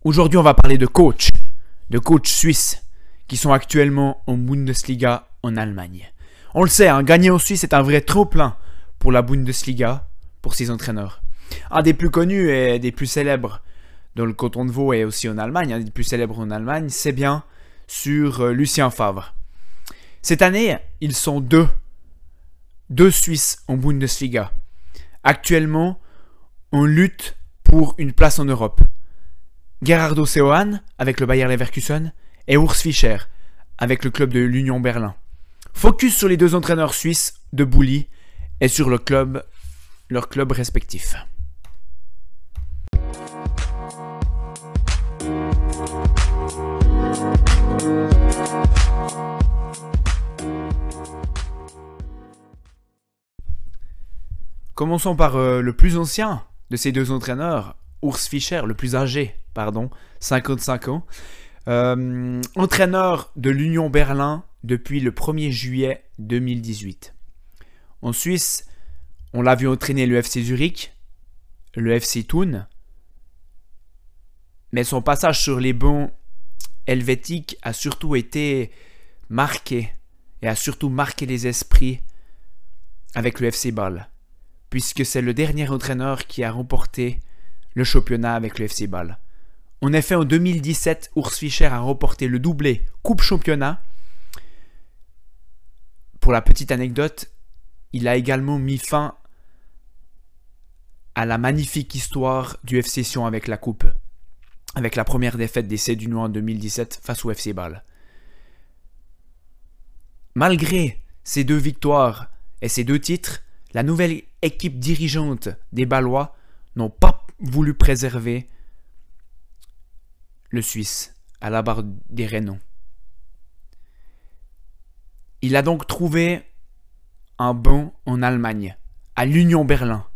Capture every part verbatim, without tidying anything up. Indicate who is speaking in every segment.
Speaker 1: Aujourd'hui, on va parler de coachs, de coachs suisses qui sont actuellement en Bundesliga en Allemagne. On le sait, hein, gagner en Suisse est un vrai trop-plein pour la Bundesliga, pour ses entraîneurs. Un des plus connus et des plus célèbres dans le canton de Vaud et aussi en Allemagne, un des plus célèbres en Allemagne, c'est bien sur euh, Lucien Favre. Cette année, ils sont deux, deux Suisses en Bundesliga. Actuellement, on lutte pour une place en Europe. Gerardo Seoane avec le Bayer Leverkusen et Urs Fischer avec le club de l'Union Berlin. Focus sur les deux entraîneurs suisses de Bulli et sur le club, leurs clubs respectifs. Commençons par euh, le plus ancien de ces deux entraîneurs, Urs Fischer, le plus âgé, pardon, cinquante-cinq ans. Euh, entraîneur de l'Union Berlin depuis le premier juillet deux mille dix-huit. En Suisse, on l'a vu entraîner le F C Zurich, le F C Thun, mais son passage sur les bancs helvétiques a surtout été marqué et a surtout marqué les esprits avec le F C Bâle, puisque c'est le dernier entraîneur qui a remporté le championnat avec le F C Bâle. En effet, en deux mille dix-sept, Urs Fischer a remporté le doublé Coupe Championnat. Pour la petite anecdote, il a également mis fin à la magnifique histoire du F C Sion avec la Coupe, avec la première défaite des Cédunois en deux mille dix-sept face au F C Bâle. Malgré ces deux victoires et ces deux titres, la nouvelle équipe dirigeante des Bâlois n'ont pas voulu préserver le Suisse à la barre des Rhénans. Il a donc trouvé un banc en Allemagne, à l'Union Berlin.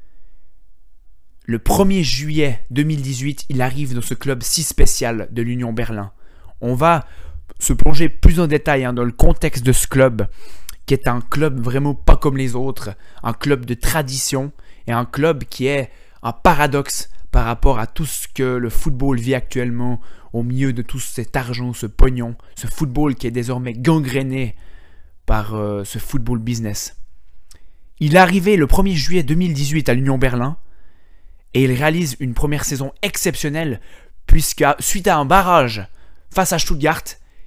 Speaker 1: Le premier juillet deux mille dix-huit, il arrive dans ce club si spécial de l'Union Berlin. On va se plonger plus en détail hein, dans le contexte de ce club, qui est un club vraiment pas comme les autres, un club de tradition et un club qui est un paradoxe par rapport à tout ce que le football vit actuellement au milieu de tout cet argent, ce pognon, ce football qui est désormais gangréné par euh, ce football business. Il est arrivé le premier juillet deux mille dix-huit à l'Union Berlin et il réalise une première saison exceptionnelle puisque suite à un barrage face à Stuttgart,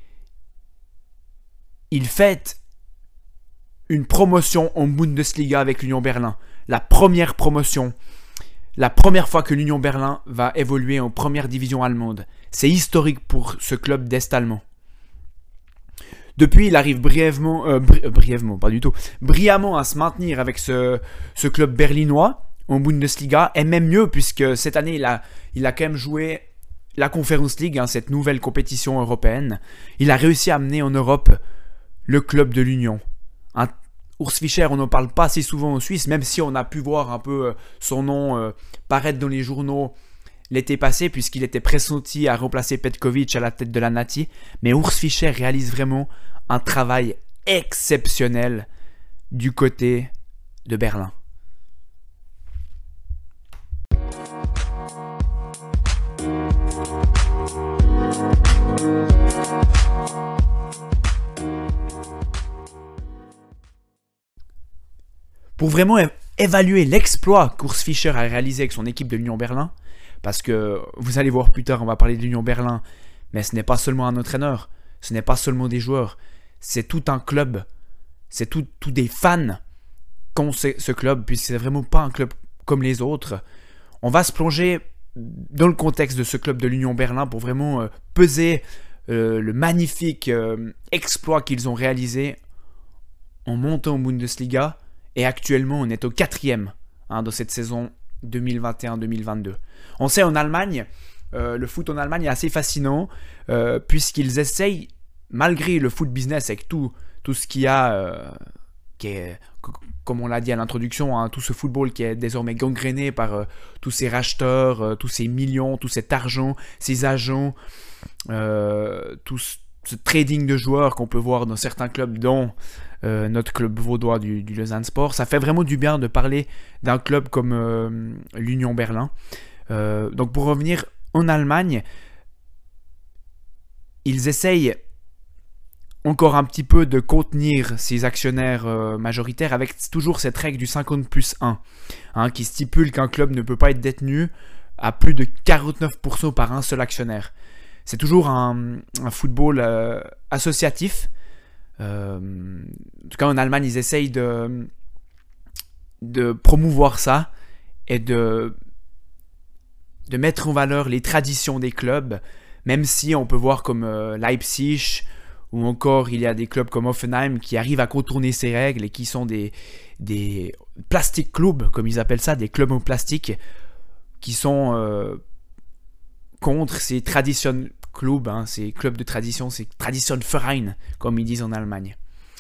Speaker 1: il fête une promotion en Bundesliga avec l'Union Berlin. La première promotion. La première fois que l'Union Berlin va évoluer en première division allemande. C'est historique pour ce club d'Est allemand. Depuis, il arrive brièvement, euh, bri brièvement, pas du tout, brillamment à se maintenir avec ce, ce club berlinois en Bundesliga. Et même mieux, puisque cette année, il a, il a quand même joué la Conference League, hein, cette nouvelle compétition européenne. Il a réussi à amener en Europe le club de l'Union. Un Urs Fischer, on n'en parle pas assez souvent en Suisse, même si on a pu voir un peu son nom euh, paraître dans les journaux l'été passé, puisqu'il était pressenti à remplacer Petkovic à la tête de la Nati. Mais Urs Fischer réalise vraiment un travail exceptionnel du côté de Berlin. Pour vraiment évaluer l'exploit qu'Urs Fischer a réalisé avec son équipe de l'Union Berlin, parce que vous allez voir plus tard, on va parler de l'Union Berlin, mais ce n'est pas seulement un entraîneur, ce n'est pas seulement des joueurs, c'est tout un club, c'est tout, tout des fans qu'ont ce, ce club, puisque c'est vraiment pas un club comme les autres. On va se plonger dans le contexte de ce club de l'Union Berlin pour vraiment euh, peser euh, le magnifique euh, exploit qu'ils ont réalisé en montant en Bundesliga. Et actuellement, on est au quatrième hein, de cette saison deux mille vingt et un deux mille vingt-deux. On sait en Allemagne, euh, le foot en Allemagne est assez fascinant euh, puisqu'ils essayent, malgré le foot business avec tout, tout ce qu'il y a, euh, qui est, comme on l'a dit à l'introduction, hein, tout ce football qui est désormais gangréné par euh, tous ces racheteurs, euh, tous ces millions, tout cet argent, ces agents, euh, tout ce trading de joueurs qu'on peut voir dans certains clubs, dont Euh, notre club vaudois du, du Lausanne Sport. Ça fait vraiment du bien de parler d'un club comme euh, l'Union Berlin. Euh, donc pour revenir en Allemagne, ils essayent encore un petit peu de contenir ces actionnaires euh, majoritaires avec toujours cette règle du cinquante plus un, hein, qui stipule qu'un club ne peut pas être détenu à plus de quarante-neuf pour cent par un seul actionnaire. C'est toujours un, un football euh, associatif. Euh, en tout cas, en Allemagne, ils essayent de, de promouvoir ça et de, de mettre en valeur les traditions des clubs, même si on peut voir comme euh, Leipzig, ou encore il y a des clubs comme Hoffenheim qui arrivent à contourner ces règles et qui sont des, des plastic clubs, comme ils appellent ça, des clubs en plastique, qui sont euh, contre ces tradition clubs, hein, ces clubs de tradition, ces Traditionverein, comme ils disent en Allemagne.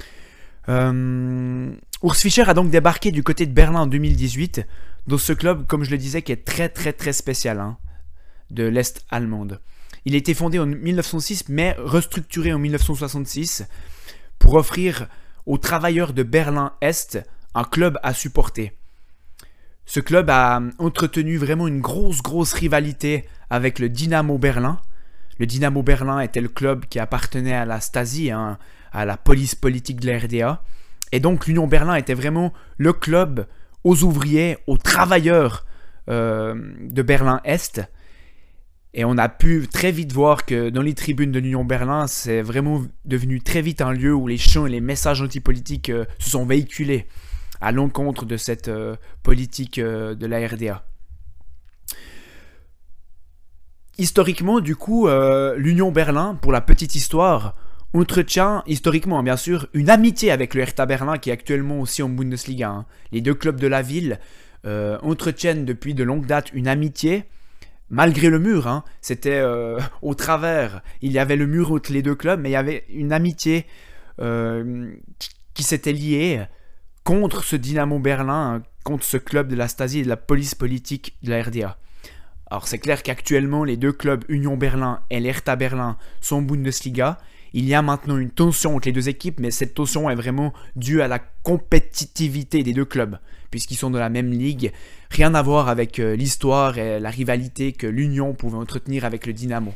Speaker 1: Euh, Urs Fischer a donc débarqué du côté de Berlin en deux mille dix-huit, dans ce club, comme je le disais, qui est très très très spécial, hein, de l'Est allemande. Il a été fondé en mille neuf cent six, mais restructuré en mille neuf cent soixante-six pour offrir aux travailleurs de Berlin-Est un club à supporter. Ce club a entretenu vraiment une grosse, grosse rivalité avec le Dynamo Berlin. Le Dynamo Berlin était le club qui appartenait à la Stasi, hein, à la police politique de la R D A. Et donc l'Union Berlin était vraiment le club aux ouvriers, aux travailleurs euh, de Berlin-Est. Et on a pu très vite voir que dans les tribunes de l'Union Berlin, c'est vraiment devenu très vite un lieu où les chants et les messages antipolitiques euh, se sont véhiculés à l'encontre de cette euh, politique euh, de la R D A. Historiquement, du coup, euh, l'Union Berlin, pour la petite histoire, entretient, historiquement bien sûr, une amitié avec le Hertha Berlin qui est actuellement aussi en Bundesliga. Hein. Les deux clubs de la ville euh, entretiennent depuis de longue date une amitié. Malgré le mur, hein, c'était euh, au travers, il y avait le mur entre les deux clubs, mais il y avait une amitié euh, qui, qui s'était liée contre ce Dynamo Berlin, hein, contre ce club de la Stasi et de la police politique de la R D A. Alors c'est clair qu'actuellement les deux clubs Union Berlin et l'Hertha Berlin sont en Bundesliga. Il y a maintenant une tension entre les deux équipes, mais cette tension est vraiment due à la compétitivité des deux clubs, puisqu'ils sont dans la même ligue. Rien à voir avec euh, l'histoire et la rivalité que l'Union pouvait entretenir avec le Dynamo.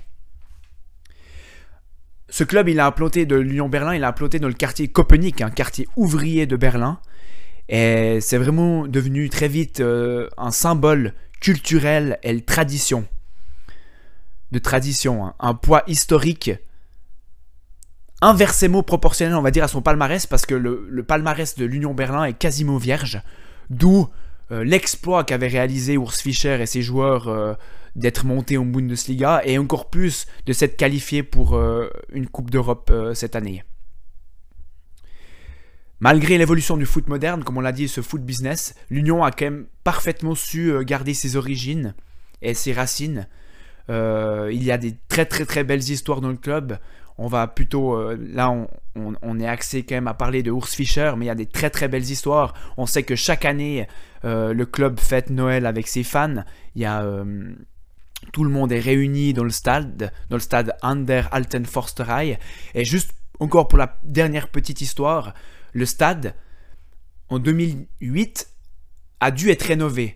Speaker 1: Ce club, il a implanté de l'Union Berlin, il a implanté dans le quartier Köpenick, un quartier ouvrier de Berlin. Et c'est vraiment devenu très vite euh, un symbole culturel et de tradition. De tradition, hein, un poids historique inversement proportionnel, on va dire, à son palmarès, parce que le, le palmarès de l'Union Berlin est quasiment vierge, d'où euh, l'exploit qu'avaient réalisé Urs Fischer et ses joueurs euh, d'être montés en Bundesliga, et encore plus de s'être qualifiés pour euh, une Coupe d'Europe euh, cette année. Malgré l'évolution du foot moderne, comme on l'a dit, ce foot business, l'Union a quand même parfaitement su euh, garder ses origines et ses racines. Euh, il y a des très très très belles histoires dans le club. On va plutôt, euh, là on, on, on est axé quand même à parler de Urs Fischer, mais il y a des très très belles histoires. On sait que chaque année, euh, le club fête Noël avec ses fans. Il y a, euh, tout le monde est réuni dans le stade, dans le stade An der Alten Forsterei. Et juste encore pour la dernière petite histoire, le stade, en deux mille huit, a dû être rénové.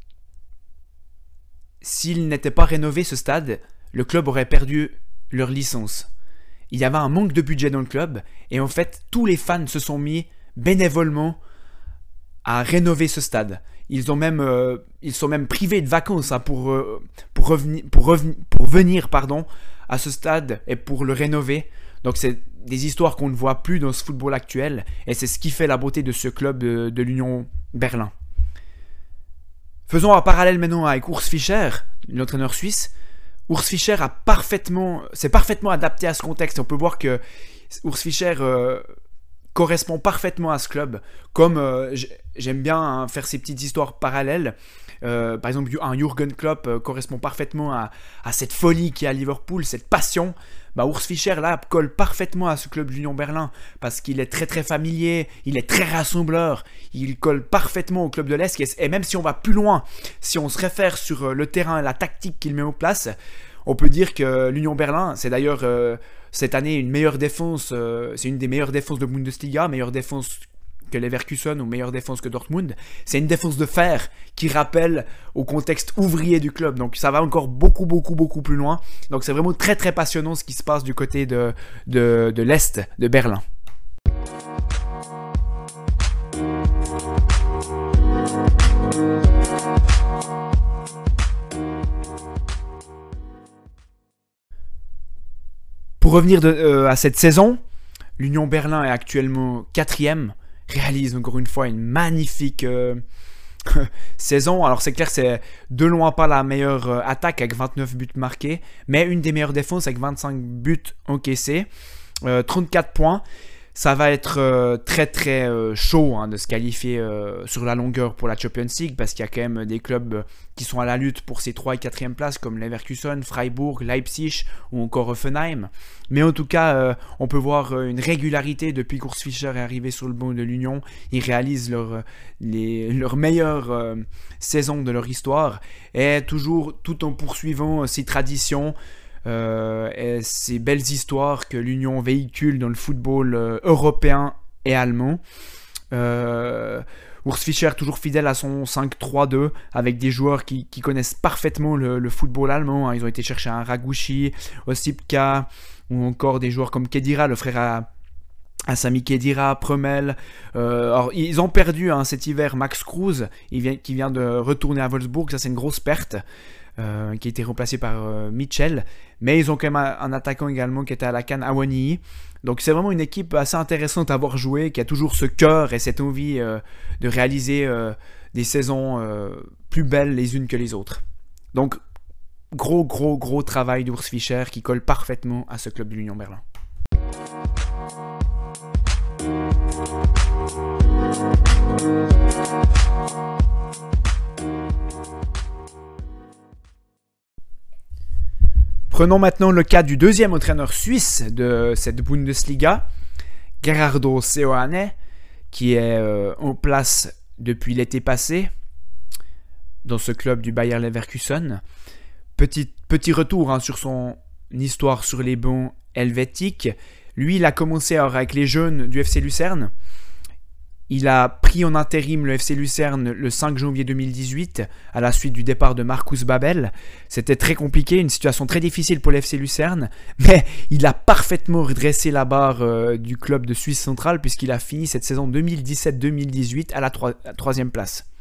Speaker 1: S'il n'était pas rénové, ce stade, le club aurait perdu leur licence. Il y avait un manque de budget dans le club et en fait tous les fans se sont mis bénévolement à rénover ce stade. Ils ont même, euh, ils sont même privés de vacances hein, pour, euh, pour, revenir, pour, revenir, pour venir pardon, à ce stade et pour le rénover. Donc c'est des histoires qu'on ne voit plus dans ce football actuel et c'est ce qui fait la beauté de ce club de, de l'Union Berlin. Faisons un parallèle maintenant avec Urs Fischer, l'entraîneur suisse. Urs Fischer a parfaitement, s'est parfaitement adapté à ce contexte. On peut voir que Urs Fischer euh, correspond parfaitement à ce club. Comme euh, j'aime bien hein, faire ces petites histoires parallèles. Euh, par exemple, un Jürgen Klopp euh, correspond parfaitement à, à cette folie qui est à Liverpool, cette passion. Bah, Urs Fischer là colle parfaitement à ce club de l'Union Berlin parce qu'il est très très familier, il est très rassembleur, il colle parfaitement au club de l'Est et même si on va plus loin, si on se réfère sur le terrain et la tactique qu'il met en place, on peut dire que l'Union Berlin, c'est d'ailleurs euh, cette année une meilleure défense, euh, c'est une des meilleures défenses de Bundesliga, meilleure défense que Leverkusen ou meilleure défense que Dortmund. C'est une défense de fer qui rappelle au contexte ouvrier du club. Donc ça va encore beaucoup, beaucoup, beaucoup plus loin. Donc c'est vraiment très, très passionnant ce qui se passe du côté de, de, de l'Est de Berlin. Pour revenir de, euh, à cette saison, l'Union Berlin est actuellement quatrième, réalise encore une fois une magnifique euh, saison. Alors c'est clair, c'est de loin pas la meilleure euh, attaque avec vingt-neuf buts marqués, mais une des meilleures défenses avec vingt-cinq buts encaissés, euh, trente-quatre points. Ça va être euh, très très euh, chaud hein, de se qualifier euh, sur la longueur pour la Champions League parce qu'il y a quand même des clubs qui sont à la lutte pour ces trois et quatrième places comme Leverkusen, Freiburg, Leipzig ou encore Hoffenheim. Mais en tout cas, euh, on peut voir euh, une régularité depuis qu'Urs Fischer est arrivé sur le banc de l'Union. Ils réalisent leur, les, leur meilleure euh, saison de leur histoire et toujours tout en poursuivant euh, ces traditions. Euh, et ces belles histoires que l'Union véhicule dans le football euh, européen et allemand. Euh, Urs Fischer toujours fidèle à son cinq trois deux avec des joueurs qui, qui connaissent parfaitement le, le football allemand. Hein. Ils ont été chercher un Ragushi, Osipka ou encore des joueurs comme Khedira, le frère à, à Sami Khedira, Premel. Euh, alors, ils ont perdu hein, cet hiver Max Kruse il vient, qui vient de retourner à Wolfsburg. Ça c'est une grosse perte. Euh, qui a été remplacé par euh, Mitchell, mais ils ont quand même un, un attaquant également qui était à la canne, Awani. Donc c'est vraiment une équipe assez intéressante à voir jouer, qui a toujours ce cœur et cette envie euh, de réaliser euh, des saisons euh, plus belles les unes que les autres. Donc gros gros gros travail d'Urs Fischer qui colle parfaitement à ce club de l'Union Berlin. Prenons maintenant le cas du deuxième entraîneur suisse de cette Bundesliga, Gerardo Seoane, qui est euh, en place depuis l'été passé dans ce club du Bayer Leverkusen. Petit, petit retour hein, sur son histoire sur les bancs helvétiques. Lui, il a commencé alors, avec les jeunes du F C Lucerne. Il a pris en intérim le F C Lucerne le cinq janvier deux mille dix-huit à la suite du départ de Marcus Babel. C'était très compliqué, une situation très difficile pour le F C Lucerne, mais il a parfaitement redressé la barre euh, du club de Suisse centrale puisqu'il a fini cette saison deux mille dix-sept deux mille dix-huit à la, troi- la troisième place.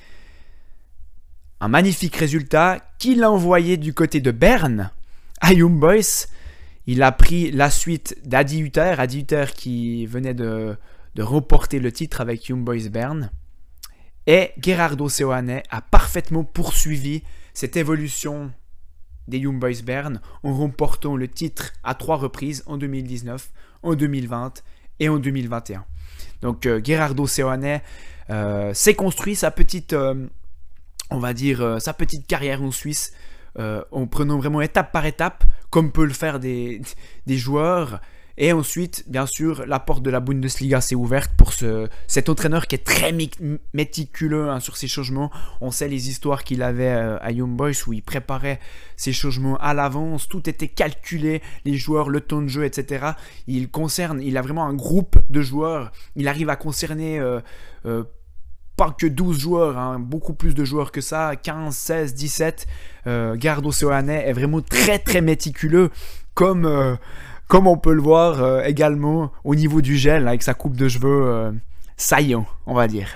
Speaker 1: Un magnifique résultat qu'il a envoyé du côté de Berne à Young Boys. Il a pris la suite d'Adi Hutter, Adi Hutter qui venait de... de remporter le titre avec Young Boys Bern. Et Gerardo Seoane a parfaitement poursuivi cette évolution des Young Boys Bern en remportant le titre à trois reprises en deux mille dix-neuf, en deux mille vingt et en deux mille vingt et un. Donc euh, Gerardo Seoane euh, s'est construit sa petite, euh, on va dire, euh, sa petite carrière en Suisse euh, en prenant vraiment étape par étape, comme peut le faire des, des joueurs. Et ensuite, bien sûr, la porte de la Bundesliga s'est ouverte pour ce, cet entraîneur qui est très méticuleux hein, sur ses changements. On sait les histoires qu'il avait euh, à Young Boys où il préparait ses changements à l'avance. Tout était calculé, les joueurs, le temps de jeu, et cetera. Il concerne, il a vraiment un groupe de joueurs. Il arrive à concerner euh, euh, pas que douze joueurs, hein, beaucoup plus de joueurs que ça, quinze, seize, dix-sept. Euh, Gerardo Seoane est vraiment très très méticuleux comme... Euh, Comme on peut le voir euh, également au niveau du gel, avec sa coupe de cheveux euh, saillant, on va dire.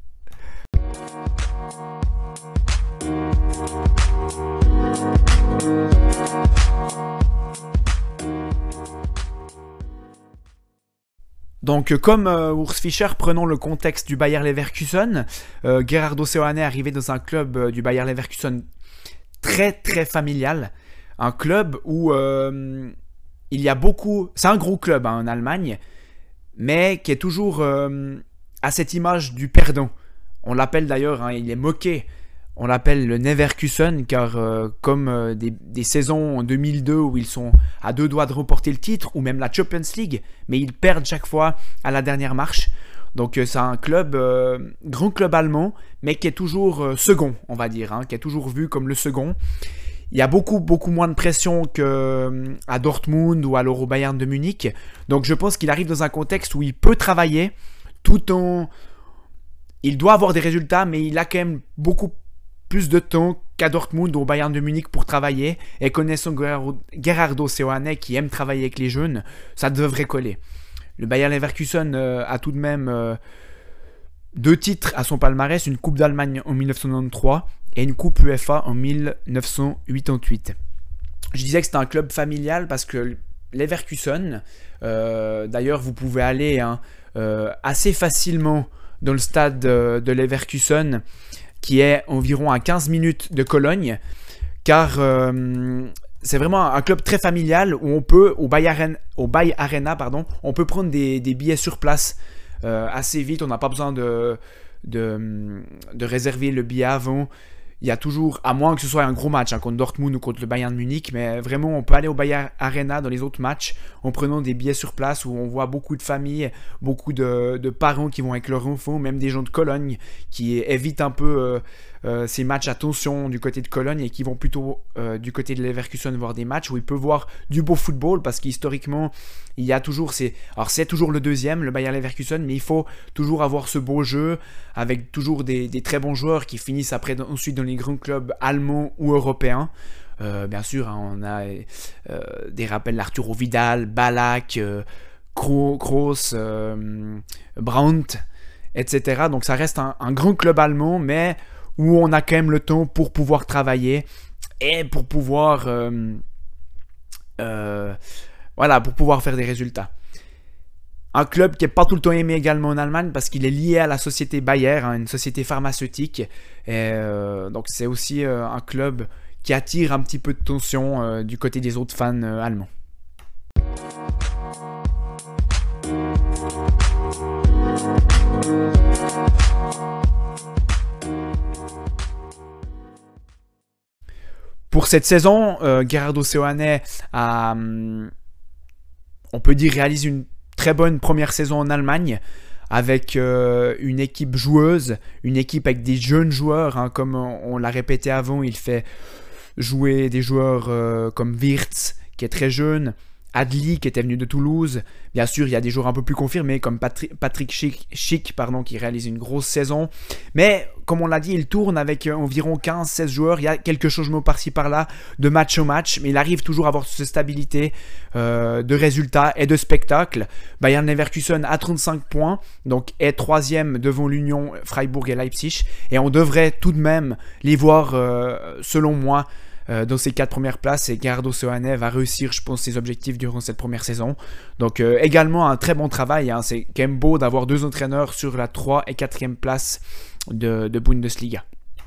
Speaker 1: Donc comme euh, Urs Fischer, prenons le contexte du Bayer Leverkusen. Euh, Gerardo Seoane est arrivé dans un club euh, du Bayer Leverkusen très très familial. Un club où... Euh, il y a beaucoup... C'est un gros club hein, en Allemagne, mais qui est toujours euh, à cette image du perdant. On l'appelle d'ailleurs, hein, il est moqué, on l'appelle le Neverkusen, car euh, comme euh, des, des saisons en deux mille deux où ils sont à deux doigts de remporter le titre, ou même la Champions League, mais ils perdent chaque fois à la dernière marche. Donc euh, c'est un club, euh, grand club allemand, mais qui est toujours euh, second, on va dire, hein, qui est toujours vu comme le second. Il y a beaucoup, beaucoup moins de pression qu'à Dortmund ou à l'Euro Bayern de Munich. Donc je pense qu'il arrive dans un contexte où il peut travailler tout en... Il doit avoir des résultats, mais il a quand même beaucoup plus de temps qu'à Dortmund ou au Bayern de Munich pour travailler. Et connaissant Gerardo Seoane qui aime travailler avec les jeunes, ça devrait coller. Le Bayer Leverkusen euh, a tout de même euh, deux titres à son palmarès, une Coupe d'Allemagne en mille neuf cent quatre-vingt-treize et une Coupe UEFA en mille neuf cent quatre-vingt-dix-huit. Je disais que c'était un club familial parce que Leverkusen, euh, d'ailleurs vous pouvez aller hein, euh, assez facilement dans le stade de, de Leverkusen, qui est environ à quinze minutes de Cologne, car euh, c'est vraiment un club très familial où on peut, au Bayer Arena, au Bayer Arena pardon, on peut prendre des, des billets sur place euh, assez vite, on n'a pas besoin de, de, de réserver le billet avant. Il y a toujours, à moins que ce soit un gros match hein, contre Dortmund ou contre le Bayern de Munich, mais vraiment on peut aller au Bayer Arena dans les autres matchs en prenant des billets sur place où on voit beaucoup de familles, beaucoup de, de parents qui vont avec leurs enfants, même des gens de Cologne qui évitent un peu euh, euh, ces matchs à tension du côté de Cologne et qui vont plutôt euh, du côté de Leverkusen voir des matchs où ils peuvent voir du beau football parce qu'historiquement il y a toujours, c'est, alors c'est toujours le deuxième, le Bayer Leverkusen, mais il faut toujours avoir ce beau jeu avec toujours des, des très bons joueurs qui finissent après ensuite dans les grands clubs allemands ou européens. Euh, bien sûr, hein, on a euh, des rappels d'Arturo Vidal, Ballack, euh, Kroos, euh, Brandt, et cetera. Donc ça reste un, un grand club allemand, mais où on a quand même le temps pour pouvoir travailler et pour pouvoir, euh, euh, voilà, pour pouvoir faire des résultats. Un club qui n'est pas tout le temps aimé également en Allemagne parce qu'il est lié à la société Bayer, hein, une société pharmaceutique. Et, euh, donc c'est aussi euh, un club qui attire un petit peu de tension euh, du côté des autres fans euh, allemands. Pour cette saison, euh, Gerardo Seoane a, hum, on peut dire, réalise une très bonne première saison en Allemagne avec euh, une équipe joueuse, une équipe avec des jeunes joueurs, hein, comme on, on l'a répété avant, il fait jouer des joueurs euh, comme Wirtz qui est très jeune, Adli qui était venu de Toulouse, bien sûr il y a des joueurs un peu plus confirmés comme Patri- Patrick Schick, Schick pardon, qui réalise une grosse saison, mais comme on l'a dit il tourne avec environ quinze seize joueurs, il y a quelques changements par-ci par-là de match au match, mais il arrive toujours à avoir cette stabilité euh, de résultats et de spectacles. Bayern Leverkusen a trente-cinq points, donc est troisième devant l'Union, Freiburg et Leipzig, et on devrait tout de même les voir euh, selon moi dans ces quatre premières places, et Gerardo Seoane va réussir, je pense, ses objectifs durant cette première saison. Donc euh, également un très bon travail, hein. C'est quand même beau d'avoir deux entraîneurs sur la troisième et quatrième place de, de Bundesliga.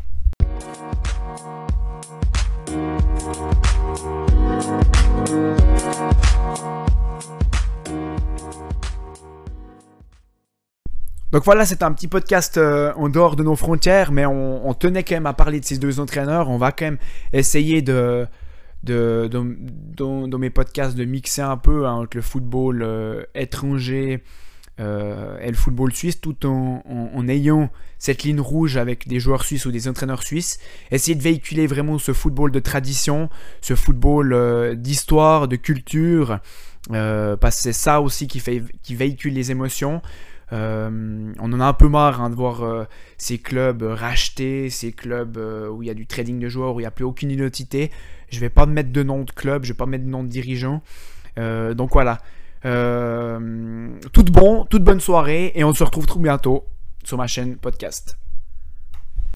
Speaker 1: Donc voilà, c'est un petit podcast euh, en dehors de nos frontières, mais on, on tenait quand même à parler de ces deux entraîneurs. On va quand même essayer de, de, de, de dans mes podcasts de mixer un peu hein, entre le football euh, étranger euh, et le football suisse, tout en, en, en ayant cette ligne rouge avec des joueurs suisses ou des entraîneurs suisses. Essayer de véhiculer vraiment ce football de tradition, ce football euh, d'histoire, de culture, euh, parce que c'est ça aussi qui, fait, qui véhicule les émotions. Euh, on en a un peu marre hein, de voir euh, ces clubs euh, rachetés, ces clubs euh, où il y a du trading de joueurs, où il n'y a plus aucune identité. Je ne vais pas mettre de nom de club, je ne vais pas mettre de nom de dirigeant. Euh, donc voilà. Euh, tout bon, toute bonne soirée et on se retrouve tout bientôt sur ma chaîne podcast.